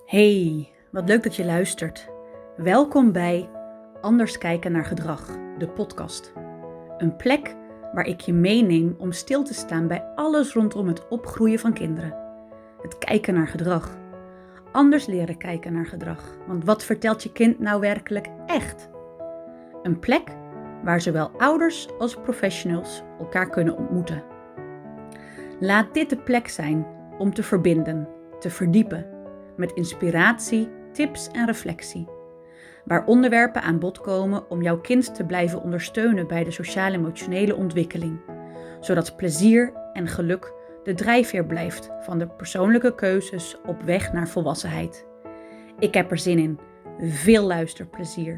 Hey, wat leuk dat je luistert. Welkom bij Anders kijken naar gedrag, de podcast. Een plek waar ik je meeneem om stil te staan bij alles rondom het opgroeien van kinderen. Het kijken naar gedrag. Anders leren kijken naar gedrag. Want wat vertelt je kind nou werkelijk echt? Een plek waar zowel ouders als professionals elkaar kunnen ontmoeten. Laat dit de plek zijn om te verbinden, te verdiepen. Met inspiratie, tips en reflectie. Waar onderwerpen aan bod komen om jouw kind te blijven ondersteunen bij de sociaal-emotionele ontwikkeling. Zodat plezier en geluk de drijfveer blijft van de persoonlijke keuzes op weg naar volwassenheid. Ik heb er zin in. Veel luisterplezier.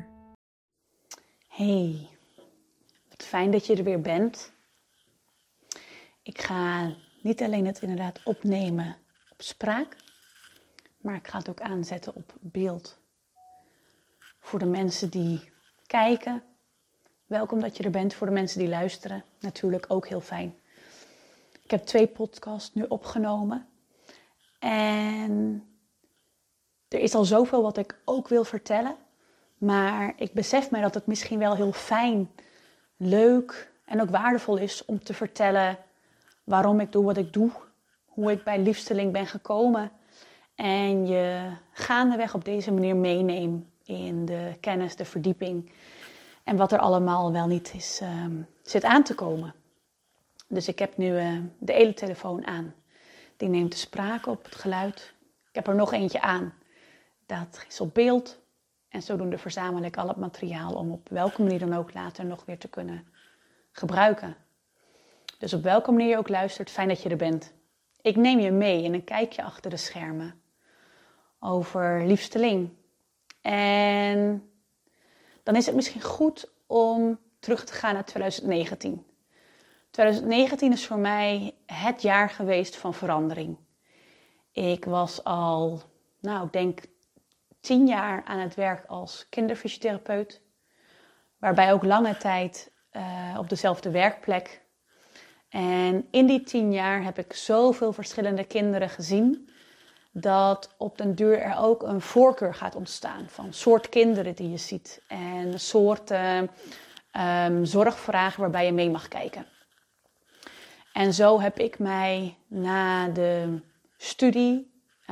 Hey, wat fijn dat je er weer bent. Ik ga niet alleen het inderdaad opnemen op spraak, maar ik ga het ook aanzetten op beeld. Voor de mensen die kijken, welkom dat je er bent. Voor de mensen die luisteren, natuurlijk ook heel fijn. Ik heb 2 podcasts nu opgenomen. En er is al zoveel wat ik ook wil vertellen. Maar ik besef mij dat het misschien wel heel fijn, leuk en ook waardevol is om te vertellen waarom ik doe wat ik doe. Hoe ik bij Liefsteling ben gekomen. En je gaandeweg op deze manier meeneem in de kennis, de verdieping. En wat er allemaal wel niet is, zit aan te komen. Dus ik heb nu de hele telefoon aan. Die neemt de spraak op, het geluid. Ik heb er nog eentje aan. Dat is op beeld. En zodoende verzamel ik al het materiaal om op welke manier dan ook later nog weer te kunnen gebruiken. Dus op welke manier je ook luistert, fijn dat je er bent. Ik neem je mee in een kijkje achter de schermen over Liefsteling. En dan is het misschien goed om terug te gaan naar 2019. 2019 is voor mij het jaar geweest van verandering. Ik was al, ik denk 10 jaar aan het werk als kinderfysiotherapeut. Waarbij ook lange tijd op dezelfde werkplek. En in die 10 jaar heb ik zoveel verschillende kinderen gezien, dat op den duur er ook een voorkeur gaat ontstaan van soort kinderen die je ziet. En soorten zorgvragen waarbij je mee mag kijken. En zo heb ik mij na de studie,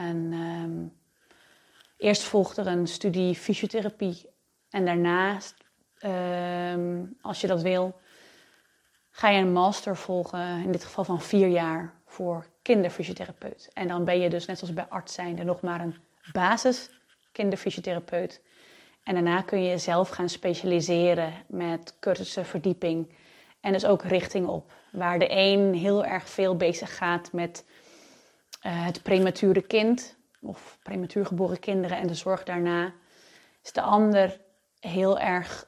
eerst volgde er een studie fysiotherapie. En daarnaast, als je dat wil, ga je een master volgen, in dit geval van 4 jaar, voor kinderfysiotherapeut. En dan ben je dus, net zoals bij arts zijnde, nog maar een basis kinderfysiotherapeut. En daarna kun je jezelf gaan specialiseren met cursussen, verdieping en dus ook richting op. Waar de een heel erg veel bezig gaat met het premature kind of prematuur geboren kinderen en de zorg daarna, is de ander heel erg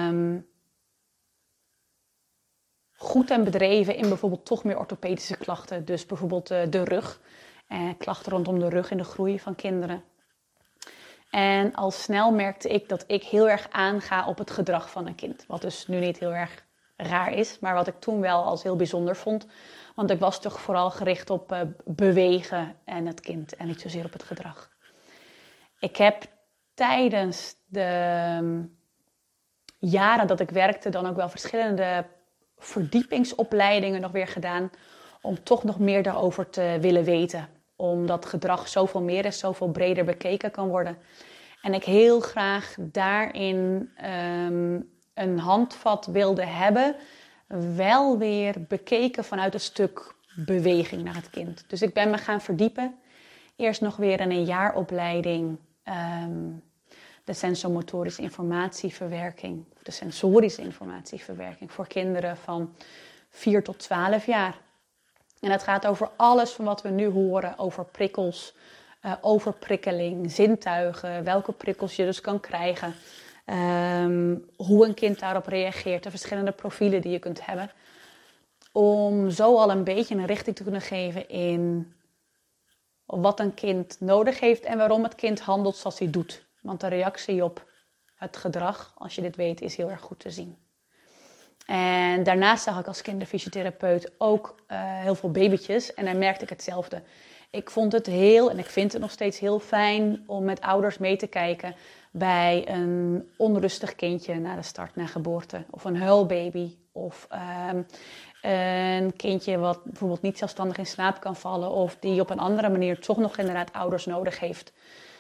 goed en bedreven in bijvoorbeeld toch meer orthopedische klachten. Dus bijvoorbeeld de rug. Klachten rondom de rug in de groei van kinderen. En al snel merkte ik dat ik heel erg aanga op het gedrag van een kind. Wat dus nu niet heel erg raar is, maar wat ik toen wel als heel bijzonder vond. Want ik was toch vooral gericht op bewegen en het kind en niet zozeer op het gedrag. Ik heb tijdens de jaren dat ik werkte dan ook wel verschillende verdiepingsopleidingen nog weer gedaan, om toch nog meer daarover te willen weten. Omdat gedrag zoveel meer is, zoveel breder bekeken kan worden. En ik heel graag daarin een handvat wilde hebben, wel weer bekeken vanuit een stuk beweging naar het kind. Dus ik ben me gaan verdiepen. Eerst nog weer in een jaaropleiding, de sensomotorische informatieverwerking, de sensorische informatieverwerking voor kinderen van 4 tot 12 jaar. En het gaat over alles van wat we nu horen, over prikkels, overprikkeling, zintuigen, welke prikkels je dus kan krijgen, hoe een kind daarop reageert, de verschillende profielen die je kunt hebben. Om zo al een beetje een richting te kunnen geven in wat een kind nodig heeft en waarom het kind handelt zoals hij doet. Want de reactie op het gedrag, als je dit weet, is heel erg goed te zien. En daarnaast zag ik als kinderfysiotherapeut ook heel veel babytjes. En dan merkte ik hetzelfde. Ik vond het heel, en ik vind het nog steeds heel fijn om met ouders mee te kijken bij een onrustig kindje na de start, na geboorte. Of een huilbaby. Of een kindje wat bijvoorbeeld niet zelfstandig in slaap kan vallen. Of die op een andere manier toch nog inderdaad ouders nodig heeft.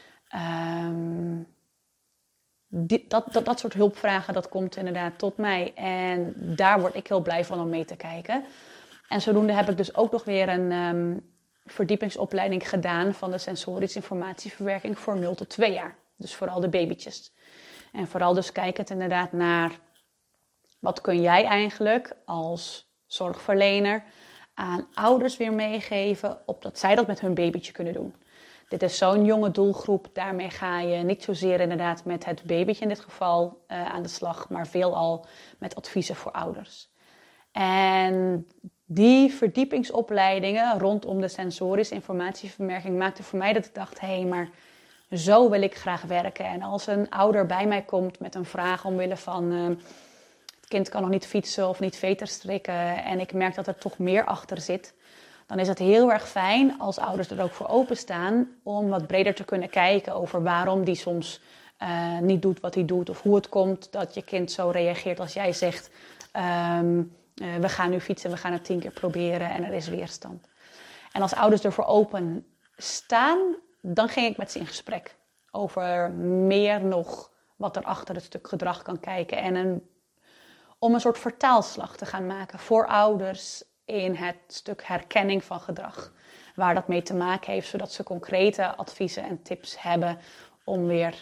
Dat soort hulpvragen, dat komt inderdaad tot mij. En daar word ik heel blij van om mee te kijken. En zodoende heb ik dus ook nog weer een verdiepingsopleiding gedaan van de sensorische informatieverwerking voor 0 tot 2 jaar. Dus vooral de babytjes. En vooral dus kijkend inderdaad naar wat kun jij eigenlijk als zorgverlener aan ouders weer meegeven, opdat zij dat met hun babytje kunnen doen. Dit is zo'n jonge doelgroep, daarmee ga je niet zozeer inderdaad met het babytje in dit geval aan de slag, maar veelal met adviezen voor ouders. En die verdiepingsopleidingen rondom de sensorische informatieverwerking maakten voor mij dat ik dacht, hé, maar zo wil ik graag werken. En als een ouder bij mij komt met een vraag omwille van het kind kan nog niet fietsen of niet veterstrikken en ik merk dat er toch meer achter zit, dan is het heel erg fijn als ouders er ook voor openstaan om wat breder te kunnen kijken over waarom die soms niet doet wat hij doet. Of hoe het komt dat je kind zo reageert als jij zegt, we gaan nu fietsen, we gaan het 10 keer proberen en er is weerstand. En als ouders ervoor open staan, dan ging ik met ze in gesprek over meer nog wat er achter het stuk gedrag kan kijken. En om een soort vertaalslag te gaan maken voor ouders in het stuk herkenning van gedrag. Waar dat mee te maken heeft, zodat ze concrete adviezen en tips hebben om weer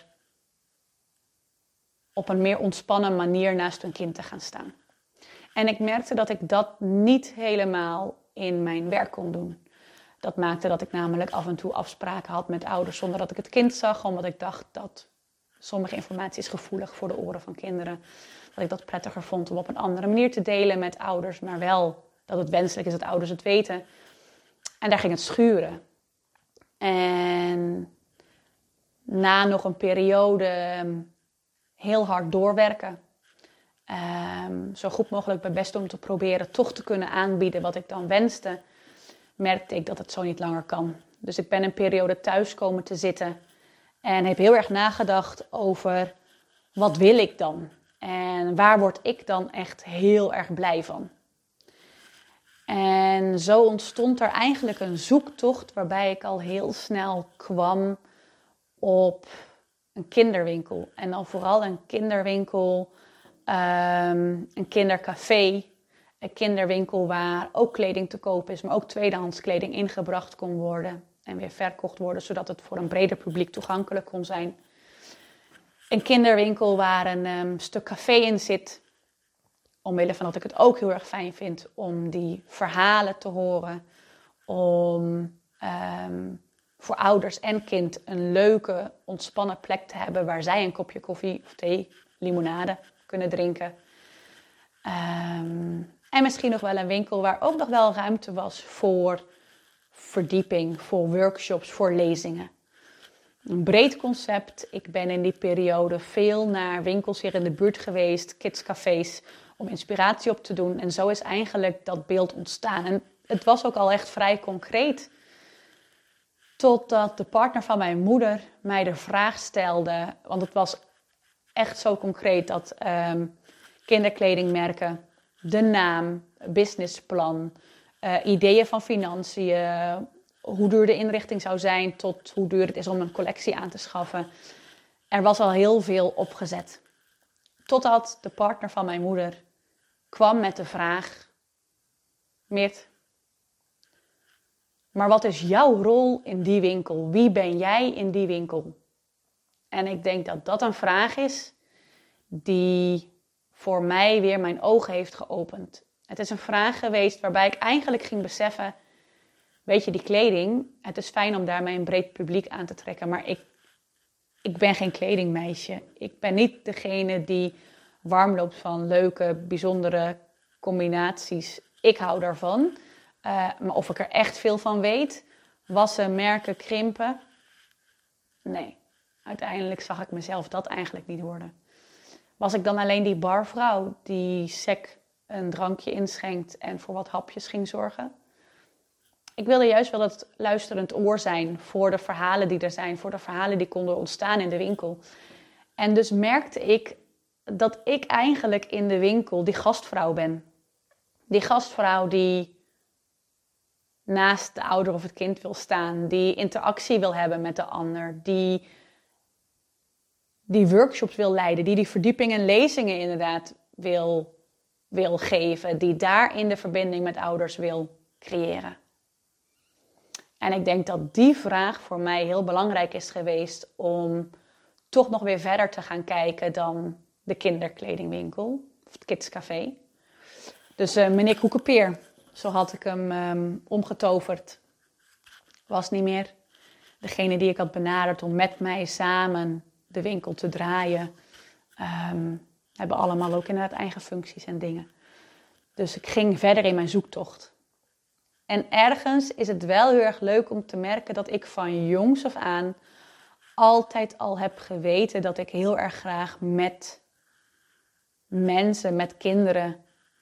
op een meer ontspannen manier naast hun kind te gaan staan. En ik merkte dat ik dat niet helemaal in mijn werk kon doen. Dat maakte dat ik namelijk af en toe afspraken had met ouders zonder dat ik het kind zag, omdat ik dacht dat sommige informatie is gevoelig voor de oren van kinderen. Dat ik dat prettiger vond om op een andere manier te delen met ouders, maar wel dat het wenselijk is dat ouders het weten. En daar ging het schuren. En na nog een periode heel hard doorwerken, zo goed mogelijk mijn best om te proberen toch te kunnen aanbieden wat ik dan wenste, merkte ik dat het zo niet langer kan. Dus ik ben een periode thuis komen te zitten en heb heel erg nagedacht over wat wil ik dan? En waar word ik dan echt heel erg blij van? En zo ontstond er eigenlijk een zoektocht waarbij ik al heel snel kwam op een kinderwinkel. En dan vooral een kinderwinkel, een kindercafé, een kinderwinkel waar ook kleding te koop is, maar ook tweedehands kleding ingebracht kon worden en weer verkocht worden, zodat het voor een breder publiek toegankelijk kon zijn. Een kinderwinkel waar een stuk café in zit, omwille van dat ik het ook heel erg fijn vind om die verhalen te horen, om voor ouders en kind een leuke, ontspannen plek te hebben waar zij een kopje koffie of thee, limonade kunnen drinken. En misschien nog wel een winkel waar ook nog wel ruimte was voor verdieping, voor workshops, voor lezingen. Een breed concept. Ik ben in die periode veel naar winkels hier in de buurt geweest, kidscafés, om inspiratie op te doen. En zo is eigenlijk dat beeld ontstaan. En het was ook al echt vrij concreet. Totdat de partner van mijn moeder mij de vraag stelde, want het was echt zo concreet dat kinderkledingmerken, de naam, businessplan, ideeën van financiën, hoe duur de inrichting zou zijn tot hoe duur het is om een collectie aan te schaffen. Er was al heel veel opgezet. Totdat de partner van mijn moeder kwam met de vraag, Meert, maar wat is jouw rol in die winkel? Wie ben jij in die winkel? En ik denk dat dat een vraag is die voor mij weer mijn ogen heeft geopend. Het is een vraag geweest waarbij ik eigenlijk ging beseffen, weet je, die kleding, het is fijn om daarmee een breed publiek aan te trekken, maar ik ben geen kledingmeisje. Ik ben niet degene die warm loopt van leuke, bijzondere combinaties. Ik hou daarvan. Maar of ik er echt veel van weet, wassen, merken, krimpen, nee. Uiteindelijk zag ik mezelf dat eigenlijk niet worden. Was ik dan alleen die barvrouw die sec een drankje inschenkt en voor wat hapjes ging zorgen? ik wilde juist wel dat luisterend oor zijn voor de verhalen die er zijn. Voor de verhalen die konden ontstaan in de winkel. En dus merkte ik dat ik eigenlijk in de winkel die gastvrouw ben. Die gastvrouw die naast de ouder of het kind wil staan. Die interactie wil hebben met de ander. Die workshops wil leiden. Die verdiepingen en lezingen inderdaad wil geven. Die daarin de verbinding met ouders wil creëren. En ik denk dat die vraag voor mij heel belangrijk is geweest om toch nog weer verder te gaan kijken dan de kinderkledingwinkel of het kidscafé. Dus meneer Koekenpeer, zo had ik hem omgetoverd, was niet meer. Degene die ik had benaderd om met mij samen de winkel te draaien, hebben allemaal ook inderdaad eigen functies en dingen. Dus ik ging verder in mijn zoektocht. En ergens is het wel heel erg leuk om te merken dat ik van jongs af aan altijd al heb geweten dat ik heel erg graag met mensen, met kinderen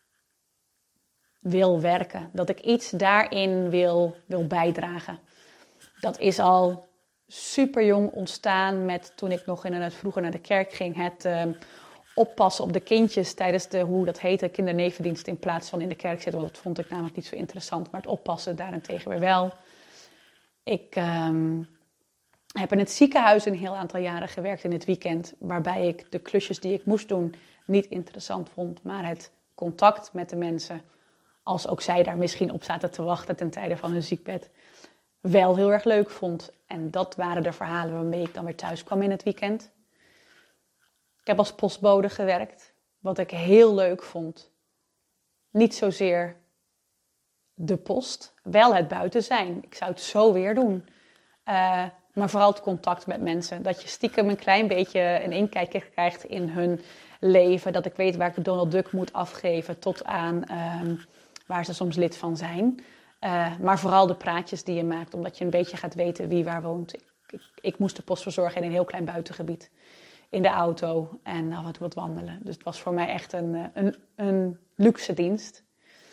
wil werken. Dat ik iets daarin wil bijdragen. Dat is al super jong ontstaan met toen ik nog inderdaad vroeger naar de kerk ging. Het oppassen op de kindjes tijdens hoe dat heette, kindernevendienst in plaats van in de kerk zitten. Want dat vond ik namelijk niet zo interessant. Maar het oppassen daarentegen weer wel. Ik heb in het ziekenhuis een heel aantal jaren gewerkt in het weekend. Waarbij ik de klusjes die ik moest doen niet interessant vond. Maar het contact met de mensen, als ook zij daar misschien op zaten te wachten ten tijde van hun ziekbed, wel heel erg leuk vond. En dat waren de verhalen waarmee ik dan weer thuis kwam in het weekend. Ik heb als postbode gewerkt, wat ik heel leuk vond. Niet zozeer de post, wel het buiten zijn. Ik zou het zo weer doen. Maar vooral het contact met mensen. Dat je stiekem een klein beetje een inkijkje krijgt in hun leven. Dat ik weet waar ik Donald Duck moet afgeven tot aan waar ze soms lid van zijn. Maar vooral de praatjes die je maakt, omdat je een beetje gaat weten wie waar woont. Ik moest de post verzorgen in een heel klein buitengebied. In de auto en af en toe wat wandelen. Dus het was voor mij echt een luxe dienst.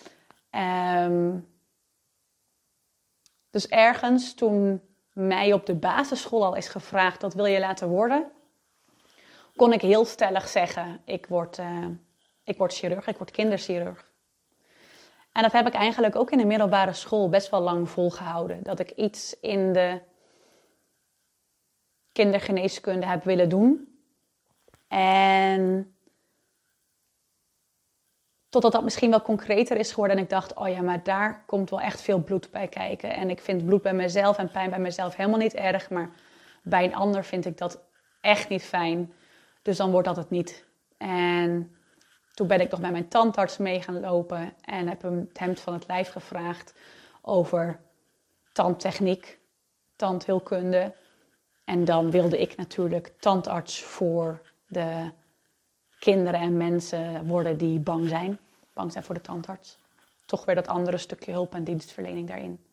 Dus ergens toen mij op de basisschool al is gevraagd, wat wil je laten worden? Kon ik heel stellig zeggen, ik word chirurg, ik word kinderchirurg. En dat heb ik eigenlijk ook in de middelbare school best wel lang volgehouden. Dat ik iets in de kindergeneeskunde heb willen doen. En totdat dat misschien wel concreter is geworden. En ik dacht, oh ja, maar daar komt wel echt veel bloed bij kijken. En ik vind bloed bij mezelf en pijn bij mezelf helemaal niet erg. Maar bij een ander vind ik dat echt niet fijn. Dus dan wordt dat het niet. En toen ben ik nog bij mijn tandarts mee gaan lopen. En heb hem het hemd van het lijf gevraagd over tandtechniek, tandheelkunde. En dan wilde ik natuurlijk tandarts voor de kinderen en mensen worden die bang zijn voor de tandarts. Toch weer dat andere stukje hulp en dienstverlening daarin.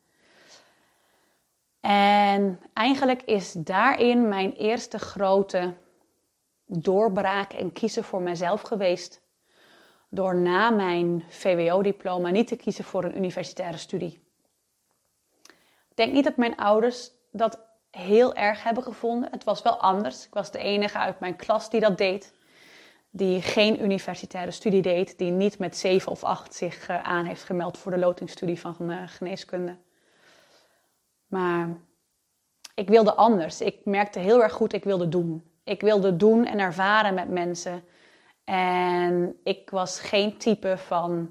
En eigenlijk is daarin mijn eerste grote doorbraak en kiezen voor mezelf geweest. Door na mijn VWO-diploma niet te kiezen voor een universitaire studie. Ik denk niet dat mijn ouders dat heel erg hebben gevonden. Het was wel anders. Ik was de enige uit mijn klas die dat deed. Die geen universitaire studie deed. Die niet met 7 of 8 zich aan heeft gemeld voor de lotingsstudie van geneeskunde. Maar ik wilde anders. Ik merkte heel erg goed, ik wilde doen. Ik wilde doen en ervaren met mensen. En ik was geen type van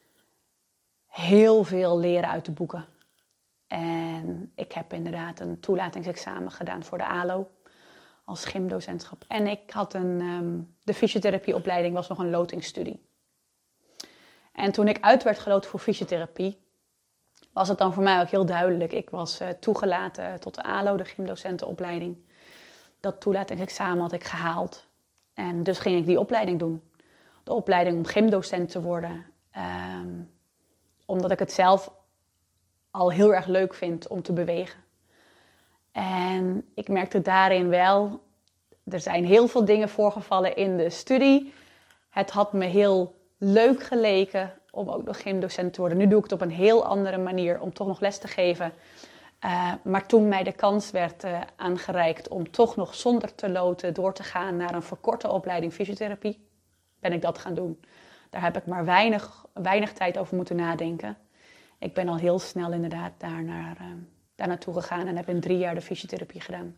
heel veel leren uit de boeken. En ik heb inderdaad een toelatingsexamen gedaan voor de ALO als gymdocentschap. En ik had de fysiotherapieopleiding was nog een lotingsstudie. En toen ik uit werd geloot voor fysiotherapie, was het dan voor mij ook heel duidelijk. Ik was toegelaten tot de ALO, de gymdocentenopleiding. Dat toelatingsexamen had ik gehaald. En dus ging ik die opleiding doen. De opleiding om gymdocent te worden. Omdat ik het zelf al heel erg leuk vind om te bewegen. En ik merkte daarin wel, er zijn heel veel dingen voorgevallen in de studie. Het had me heel leuk geleken om ook nog gymdocent te worden. Nu doe ik het op een heel andere manier om toch nog les te geven. Maar toen mij de kans werd aangereikt om toch nog zonder te loten door te gaan naar een verkorte opleiding fysiotherapie, ben ik dat gaan doen. Daar heb ik maar weinig tijd over moeten nadenken. Ik ben al heel snel inderdaad daar naartoe gegaan en heb in 3 jaar de fysiotherapie gedaan.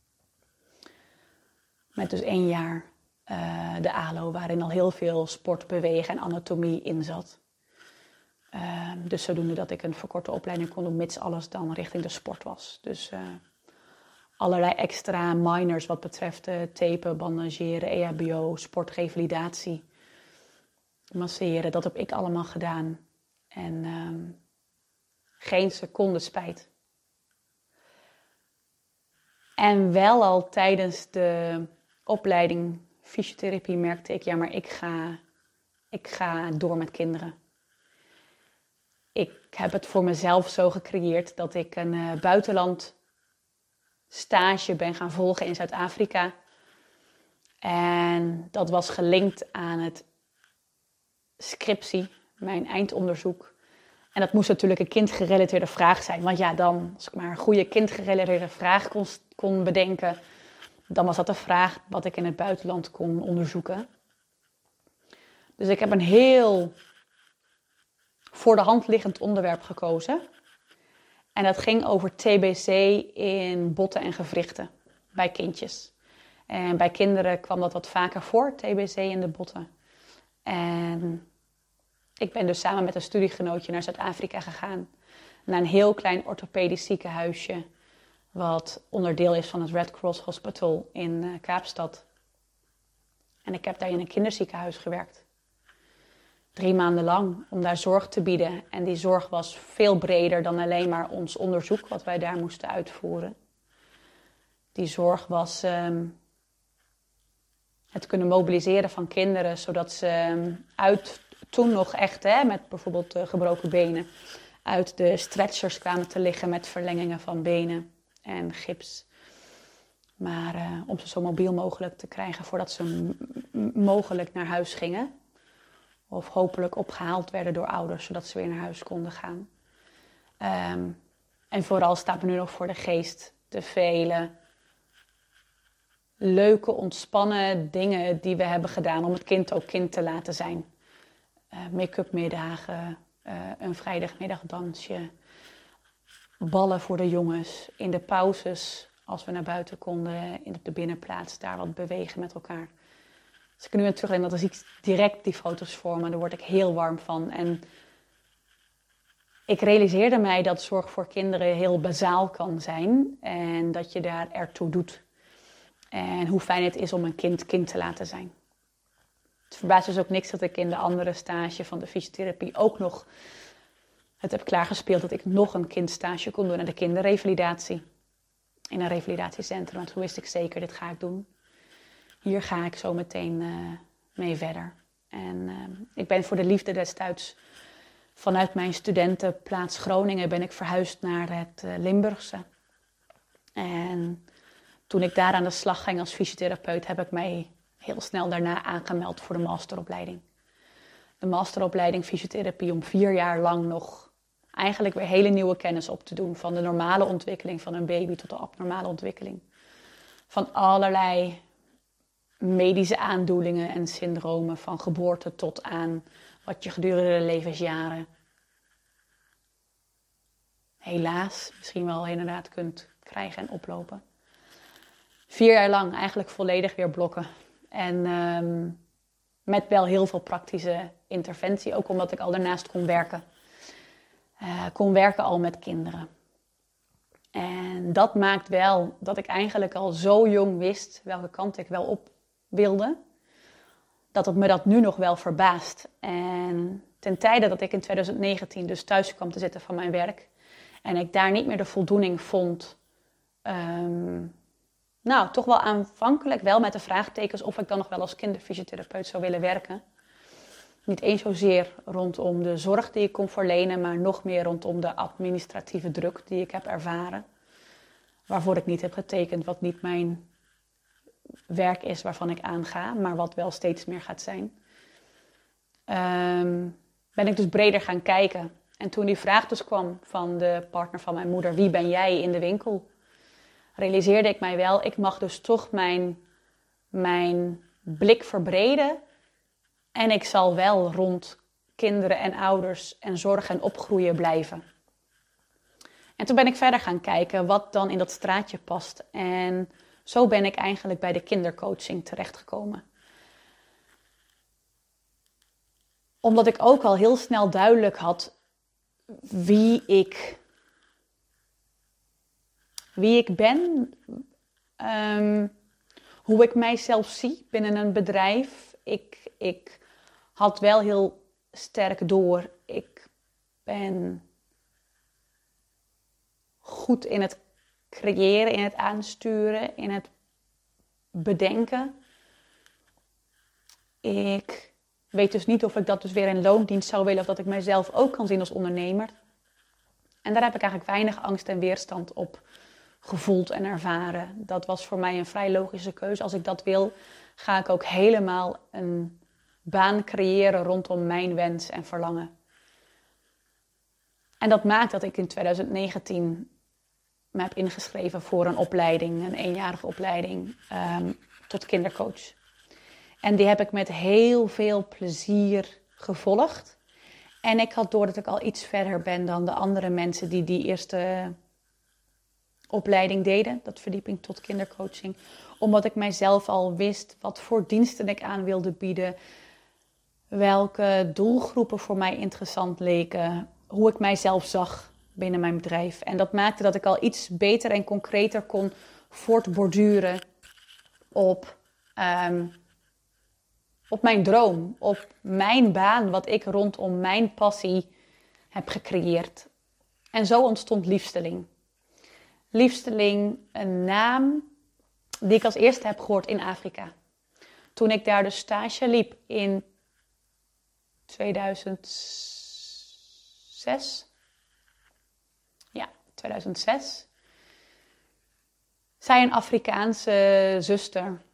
Met dus 1 jaar de ALO, waarin al heel veel sport, bewegen en anatomie in zat. Dus zodoende dat ik een verkorte opleiding kon doen, mits alles dan richting de sport was. Dus allerlei extra minors wat betreft tapen, bandageren, EHBO, sportrevalidatie, masseren. Dat heb ik allemaal gedaan. En geen seconde spijt. En wel al tijdens de opleiding fysiotherapie merkte ik, ja, maar ik ga door met kinderen. Ik heb het voor mezelf zo gecreëerd dat ik een buitenland stage ben gaan volgen in Zuid-Afrika. En dat was gelinkt aan het scriptie, mijn eindonderzoek. En dat moest natuurlijk een kindgerelateerde vraag zijn. Want ja, dan, als ik maar een goede kindgerelateerde vraag kon bedenken, dan was dat de vraag wat ik in het buitenland kon onderzoeken. Dus ik heb een heel voor de hand liggend onderwerp gekozen. En dat ging over TBC in botten en gewrichten bij kindjes. En bij kinderen kwam dat wat vaker voor, TBC in de botten. En ik ben dus samen met een studiegenootje naar Zuid-Afrika gegaan. Naar een heel klein orthopedisch ziekenhuisje, wat onderdeel is van het Red Cross Hospital in Kaapstad. En ik heb daar in een kinderziekenhuis gewerkt. 3 maanden lang om daar zorg te bieden. En die zorg was veel breder dan alleen maar ons onderzoek wat wij daar moesten uitvoeren. Die zorg was het kunnen mobiliseren van kinderen, zodat ze toen nog echt, met bijvoorbeeld gebroken benen, uit de stretchers kwamen te liggen met verlengingen van benen en gips. Maar om ze zo mobiel mogelijk te krijgen voordat ze mogelijk naar huis gingen. Of hopelijk opgehaald werden door ouders, zodat ze weer naar huis konden gaan. En vooral staat me nu nog voor de geest de vele leuke, ontspannen dingen die we hebben gedaan om het kind ook kind te laten zijn. Make-up middagen, een vrijdagmiddagdansje, ballen voor de jongens, in de pauzes als we naar buiten konden, in de binnenplaats, daar wat bewegen met elkaar. Als ik er nu aan terugdenk, dan zie ik direct die foto's voor me, daar word ik heel warm van. En ik realiseerde mij dat zorg voor kinderen heel bazaal kan zijn en dat je daar ertoe doet. En hoe fijn het is om een kind te laten zijn. Het verbaast dus ook niks dat ik in de andere stage van de fysiotherapie ook nog het heb klaargespeeld dat ik nog een kindstage kon doen aan de kinderrevalidatie. In een revalidatiecentrum, want toen wist ik zeker, dit ga ik doen. Hier ga ik zo meteen mee verder. En ik ben voor de liefde destijds vanuit mijn studentenplaats Groningen ben ik verhuisd naar het Limburgse. En toen ik daar aan de slag ging als fysiotherapeut, heb ik mij heel snel daarna aangemeld voor de masteropleiding. De masteropleiding fysiotherapie om 4 jaar lang nog eigenlijk weer hele nieuwe kennis op te doen. Van de normale ontwikkeling van een baby tot de abnormale ontwikkeling. Van allerlei medische aandoeningen en syndromen, van geboorte tot aan wat je gedurende de levensjaren helaas misschien wel inderdaad kunt krijgen en oplopen. 4 jaar lang eigenlijk volledig weer blokken. En met wel heel veel praktische interventie, ook omdat ik al daarnaast kon werken. Kon werken al met kinderen. En dat maakt wel dat ik eigenlijk al zo jong wist welke kant ik wel op wilde. Dat het me dat nu nog wel verbaast. En ten tijde dat ik in 2019 dus thuis kwam te zitten van mijn werk. En ik daar niet meer de voldoening vond. Toch wel aanvankelijk wel met de vraagtekens of ik dan nog wel als kinderfysiotherapeut zou willen werken. Niet eens zozeer rondom de zorg die ik kon verlenen, maar nog meer rondom de administratieve druk die ik heb ervaren. Waarvoor ik niet heb getekend, wat niet mijn werk is waarvan ik aanga, maar wat wel steeds meer gaat zijn. ben ik dus breder gaan kijken. En toen die vraag dus kwam van de partner van mijn moeder, wie ben jij in de winkel? Realiseerde ik mij wel, ik mag dus toch mijn blik verbreden. En ik zal wel rond kinderen en ouders en zorg en opgroeien blijven. En toen ben ik verder gaan kijken wat dan in dat straatje past. En zo ben ik eigenlijk bij de kindercoaching terechtgekomen. Omdat ik ook al heel snel duidelijk had wie ik ben. Hoe ik mijzelf zie binnen een bedrijf. Ik had wel heel sterk door. Ik ben goed in het creëren, in het aansturen, in het bedenken. Ik weet dus niet of ik dat dus weer in loondienst zou willen of dat ik mijzelf ook kan zien als ondernemer. En daar heb ik eigenlijk weinig angst en weerstand op gevoeld en ervaren. Dat was voor mij een vrij logische keuze. Als ik dat wil, ga ik ook helemaal een baan creëren rondom mijn wens en verlangen. En dat maakt dat ik in 2019 me heb ingeschreven voor een opleiding, een eenjarige opleiding tot kindercoach. En die heb ik met heel veel plezier gevolgd. En ik had door dat ik al iets verder ben dan de andere mensen die die eerste opleiding deden, dat verdieping tot kindercoaching. Omdat ik mijzelf al wist wat voor diensten ik aan wilde bieden, welke doelgroepen voor mij interessant leken, hoe ik mijzelf zag binnen mijn bedrijf. En dat maakte dat ik al iets beter en concreter kon voortborduren op mijn droom, op mijn baan, wat ik rondom mijn passie heb gecreëerd. En zo ontstond Liefsteling. Liefsteling, een naam die ik als eerste heb gehoord in Afrika. Toen ik daar dus stage liep in 2006. Ja, 2006. Zij een Afrikaanse zuster.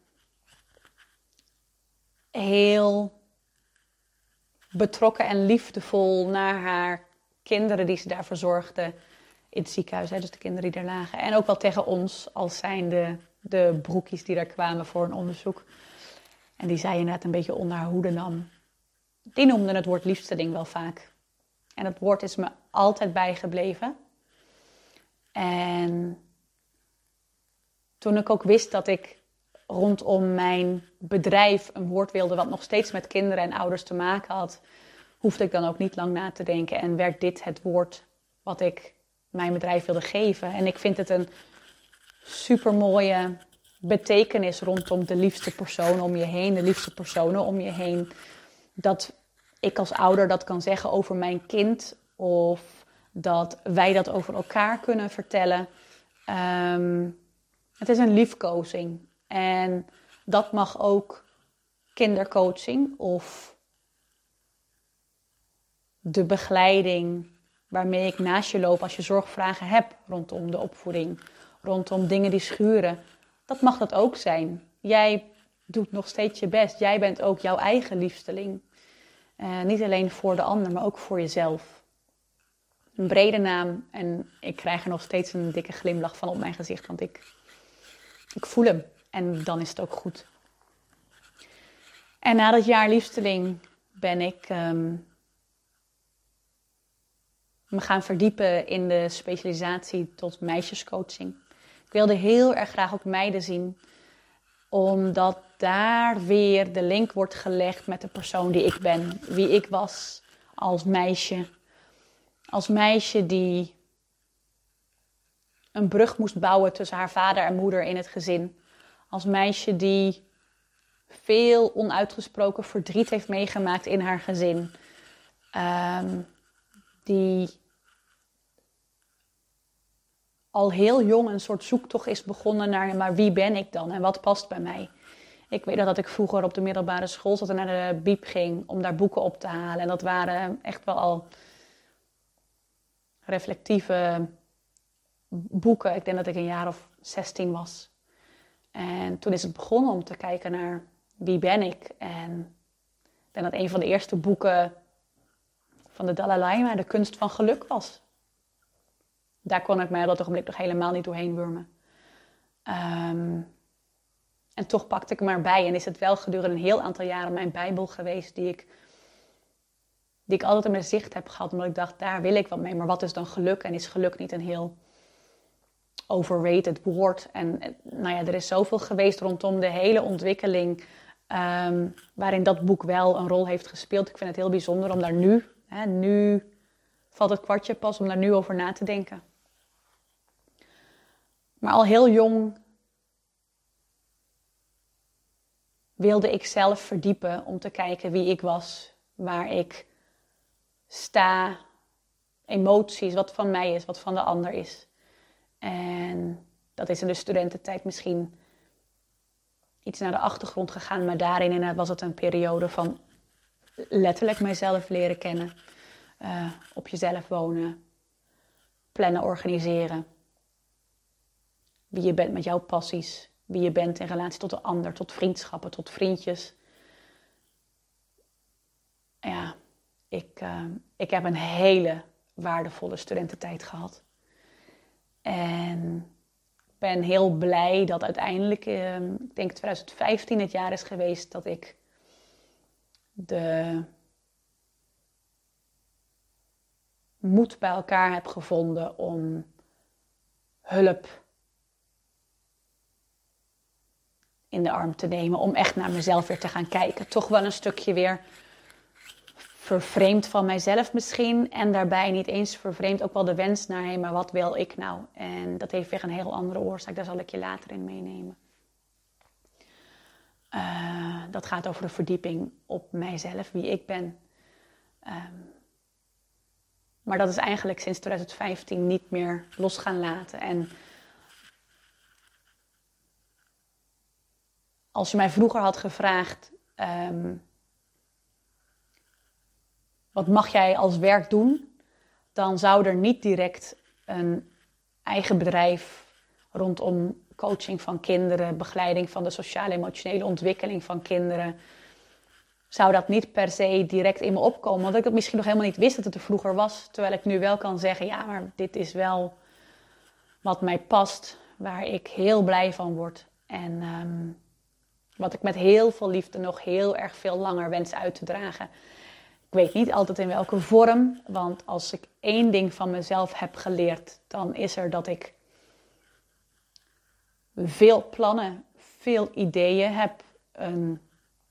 Heel betrokken en liefdevol naar haar kinderen die ze daar verzorgde in het ziekenhuis. Dus de kinderen die daar lagen. En ook wel tegen ons als zijnde de broekies die daar kwamen voor een onderzoek. En die zij inderdaad een beetje onder haar hoede nam. Die noemden het woord liefsteling wel vaak. En dat woord is me altijd bijgebleven. En toen ik ook wist dat ik rondom mijn bedrijf een woord wilde wat nog steeds met kinderen en ouders te maken had, hoefde ik dan ook niet lang na te denken. En werd dit het woord wat ik mijn bedrijf wilde geven. En ik vind het een supermooie betekenis rondom de liefste personen om je heen, de liefste personen om je heen. Dat ik als ouder dat kan zeggen over mijn kind of dat wij dat over elkaar kunnen vertellen. Het is een liefkozing en dat mag ook kindercoaching of de begeleiding waarmee ik naast je loop als je zorgvragen hebt rondom de opvoeding, rondom dingen die schuren. Dat mag dat ook zijn. Jij doet nog steeds je best. Jij bent ook jouw eigen liefsteling. Niet alleen voor de ander, maar ook voor jezelf. Een brede naam en ik krijg er nog steeds een dikke glimlach van op mijn gezicht, want ik voel hem en dan is het ook goed. En na dat jaar liefsteling ben ik me gaan verdiepen in de specialisatie tot meisjescoaching. Ik wilde heel erg graag ook meiden zien, omdat daar weer de link wordt gelegd met de persoon die ik ben. Wie ik was als meisje. Als meisje die een brug moest bouwen tussen haar vader en moeder in het gezin. Als meisje die veel onuitgesproken verdriet heeft meegemaakt in haar gezin. Die al heel jong een soort zoektocht is begonnen naar, maar wie ben ik dan en wat past bij mij? Ik weet nog dat ik vroeger op de middelbare school zat en naar de bieb ging om daar boeken op te halen. En dat waren echt wel al reflectieve boeken. Ik denk dat ik een jaar of 16 was. En toen is het begonnen om te kijken naar wie ben ik. En ik denk dat een van de eerste boeken van de Dalai Lama de kunst van geluk was. Daar kon ik mij op dat ogenblik nog helemaal niet doorheen wurmen. En toch pakte ik hem erbij en is het wel gedurende een heel aantal jaren mijn Bijbel geweest die ik altijd in mijn zicht heb gehad, omdat ik dacht, daar wil ik wat mee. Maar wat is dan geluk? En is geluk niet een heel overrated woord? En nou ja, er is zoveel geweest rondom de hele ontwikkeling, waarin dat boek wel een rol heeft gespeeld. Ik vind het heel bijzonder om daar nu valt het kwartje pas, om daar nu over na te denken. Maar al heel jong wilde ik zelf verdiepen om te kijken wie ik was, waar ik sta, emoties, wat van mij is, wat van de ander is. En dat is in de studententijd misschien iets naar de achtergrond gegaan, maar daarin was het een periode van letterlijk mijzelf leren kennen, op jezelf wonen, plannen, organiseren, wie je bent met jouw passies, wie je bent in relatie tot de ander, tot vriendschappen, tot vriendjes. Ja, ik heb een hele waardevolle studententijd gehad. En ik ben heel blij dat uiteindelijk, ik denk 2015 het jaar is geweest dat ik de moed bij elkaar heb gevonden om hulp in de arm te nemen, om echt naar mezelf weer te gaan kijken. Toch wel een stukje weer vervreemd van mijzelf misschien. En daarbij niet eens vervreemd ook wel de wens naar, maar wat wil ik nou? En dat heeft weer een heel andere oorzaak, daar zal ik je later in meenemen. Dat gaat over de verdieping op mijzelf, wie ik ben. Maar dat is eigenlijk sinds 2015 niet meer los gaan laten. En als je mij vroeger had gevraagd, wat mag jij als werk doen? Dan zou er niet direct een eigen bedrijf rondom coaching van kinderen, begeleiding van de sociaal-emotionele ontwikkeling van kinderen, zou dat niet per se direct in me opkomen. Want ik dat misschien nog helemaal niet wist dat het er vroeger was. Terwijl ik nu wel kan zeggen, ja, maar dit is wel wat mij past, waar ik heel blij van word. En wat ik met heel veel liefde nog heel erg veel langer wens uit te dragen. Ik weet niet altijd in welke vorm, want als ik één ding van mezelf heb geleerd, dan is er dat ik veel plannen, veel ideeën heb, een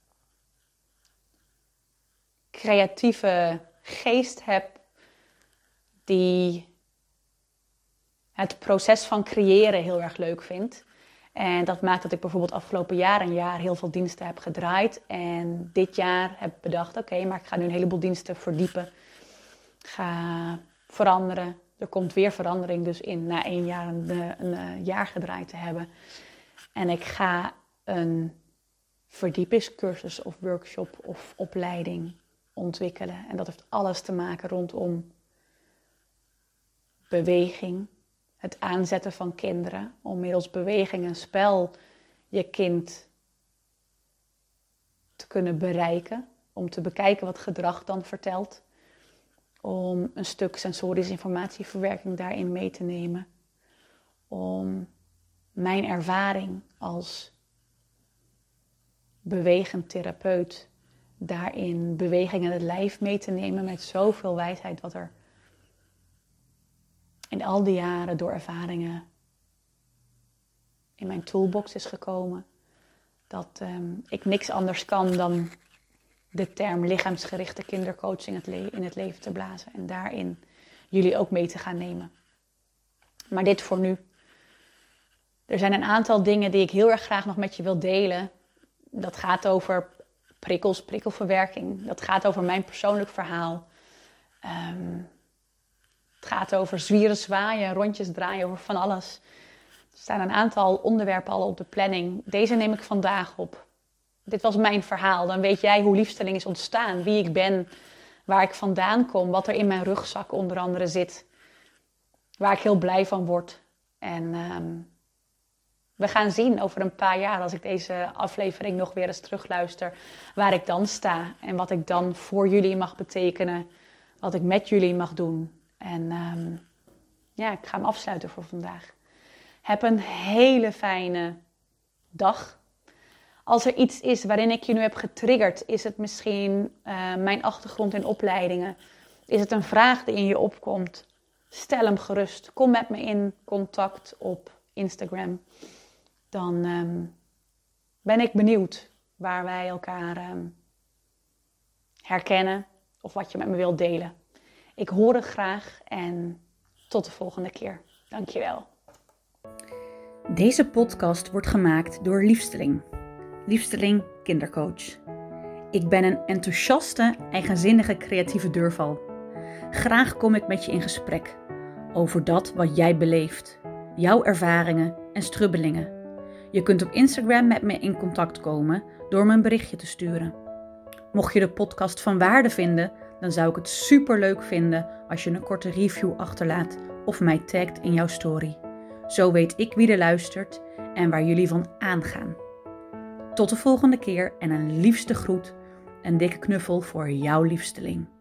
creatieve geest heb die het proces van creëren heel erg leuk vindt. En dat maakt dat ik bijvoorbeeld afgelopen jaar heel veel diensten heb gedraaid. En dit jaar heb bedacht, oké, maar ik ga nu een heleboel diensten verdiepen. Ga veranderen. Er komt weer verandering dus in na 1 jaar een jaar gedraaid te hebben. En ik ga een verdiepingscursus of workshop of opleiding ontwikkelen. En dat heeft alles te maken rondom beweging. Het aanzetten van kinderen, om middels beweging en spel je kind te kunnen bereiken. Om te bekijken wat gedrag dan vertelt. Om een stuk sensorische informatieverwerking daarin mee te nemen. Om mijn ervaring als bewegend therapeut daarin beweging in het lijf mee te nemen met zoveel wijsheid wat er in al die jaren door ervaringen in mijn toolbox is gekomen. Dat ik niks anders kan dan de term lichaamsgerichte kindercoaching in het leven te blazen. En daarin jullie ook mee te gaan nemen. Maar dit voor nu. Er zijn een aantal dingen die ik heel erg graag nog met je wil delen. Dat gaat over prikkels, prikkelverwerking. Dat gaat over mijn persoonlijk verhaal. Het gaat over zwieren, zwaaien, rondjes draaien, over van alles. Er staan een aantal onderwerpen al op de planning. Deze neem ik vandaag op. Dit was mijn verhaal. Dan weet jij hoe Liefstelling is ontstaan. Wie ik ben, waar ik vandaan kom, wat er in mijn rugzak onder andere zit. Waar ik heel blij van word. En we gaan zien over een paar jaar, als ik deze aflevering nog weer eens terugluister, waar ik dan sta. En wat ik dan voor jullie mag betekenen. wat ik met jullie mag doen. En ik ga hem afsluiten voor vandaag. Heb een hele fijne dag. Als er iets is waarin ik je nu heb getriggerd, is het misschien mijn achtergrond in opleidingen. Is het een vraag die in je opkomt? Stel hem gerust. Kom met me in contact op Instagram. Dan ben ik benieuwd waar wij elkaar herkennen of wat je met me wilt delen. Ik hoor het graag en tot de volgende keer. Dankjewel. Deze podcast wordt gemaakt door Liefsteling. Liefsteling kindercoach. Ik ben een enthousiaste, eigenzinnige creatieve deurval. Graag kom ik met je in gesprek over dat wat jij beleeft, jouw ervaringen en strubbelingen. Je kunt op Instagram met me in contact komen door me een berichtje te sturen. Mocht je de podcast van waarde vinden, dan zou ik het superleuk vinden als je een korte review achterlaat of mij tagt in jouw story. Zo weet ik wie er luistert en waar jullie van aangaan. Tot de volgende keer en een liefste groet, een dikke knuffel voor jouw liefsteling.